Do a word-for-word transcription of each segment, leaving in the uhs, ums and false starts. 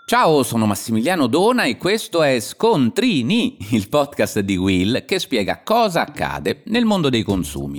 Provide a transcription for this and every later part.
Ciao, sono Massimiliano Dona e questo è Scontrini, il podcast di Will che spiega cosa accade nel mondo dei consumi.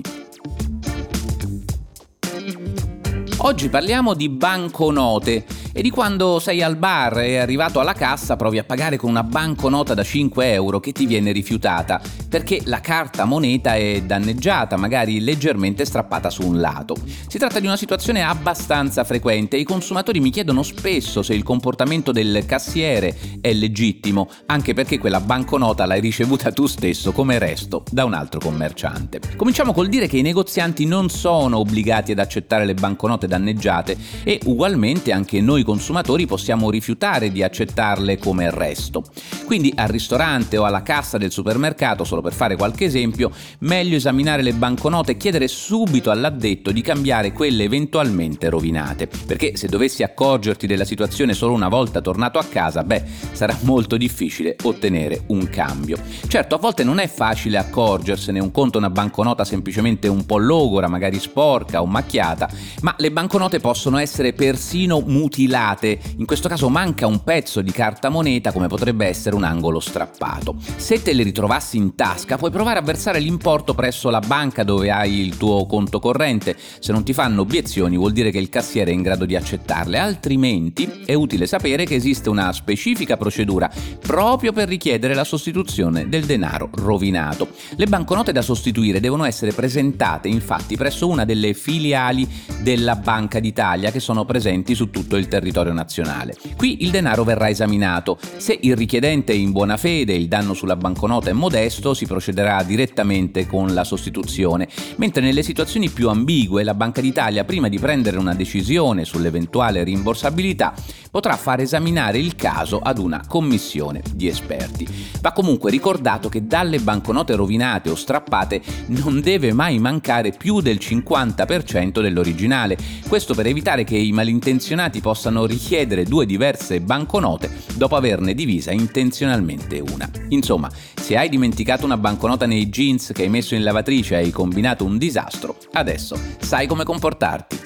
Oggi parliamo di banconote e di quando sei al bar e arrivato alla cassa provi a pagare con una banconota da cinque euro che ti viene rifiutata perché la carta moneta è danneggiata, magari leggermente strappata su un lato. Si tratta di una situazione abbastanza frequente e i consumatori mi chiedono spesso se il comportamento del cassiere è legittimo, anche perché quella banconota l'hai ricevuta tu stesso come resto da un altro commerciante. Cominciamo col dire che i negozianti non sono obbligati ad accettare le banconote danneggiate e ugualmente anche noi consumatori possiamo rifiutare di accettarle come resto. Quindi al ristorante o alla cassa del supermercato, solo per fare qualche esempio, meglio esaminare le banconote e chiedere subito all'addetto di cambiare quelle eventualmente rovinate, perché se dovessi accorgerti della situazione solo una volta tornato a casa, beh, sarà molto difficile ottenere un cambio. Certo, a volte non è facile accorgersene, un conto è una banconota semplicemente un po' logora, magari sporca o macchiata, ma le banconote possono essere persino mutilate. In questo caso manca un pezzo di carta moneta, come potrebbe essere un angolo strappato. Se te le ritrovassi in tasca, puoi provare a versare l'importo presso la banca dove hai il tuo conto corrente. Se non ti fanno obiezioni, vuol dire che il cassiere è in grado di accettarle, altrimenti è utile sapere che esiste una specifica procedura proprio per richiedere la sostituzione del denaro rovinato. Le banconote da sostituire devono essere presentate infatti presso una delle filiali della Banca d'Italia che sono presenti su tutto il territorio nazionale. Qui il denaro verrà esaminato. Se il richiedente è in buona fede e il danno sulla banconota è modesto, si procederà direttamente con la sostituzione, mentre nelle situazioni più ambigue la Banca d'Italia, prima di prendere una decisione sull'eventuale rimborsabilità, potrà far esaminare il caso ad una commissione di esperti. Va comunque ricordato che dalle banconote rovinate o strappate non deve mai mancare più del cinquanta per cento dell'originale, questo per evitare che i malintenzionati possano richiedere due diverse banconote dopo averne divisa intenzionalmente una. Insomma, se hai dimenticato una banconota nei jeans che hai messo in lavatrice e hai combinato un disastro, adesso sai come comportarti.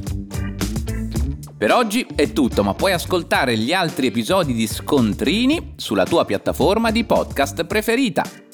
Per oggi è tutto, ma puoi ascoltare gli altri episodi di Scontrini sulla tua piattaforma di podcast preferita.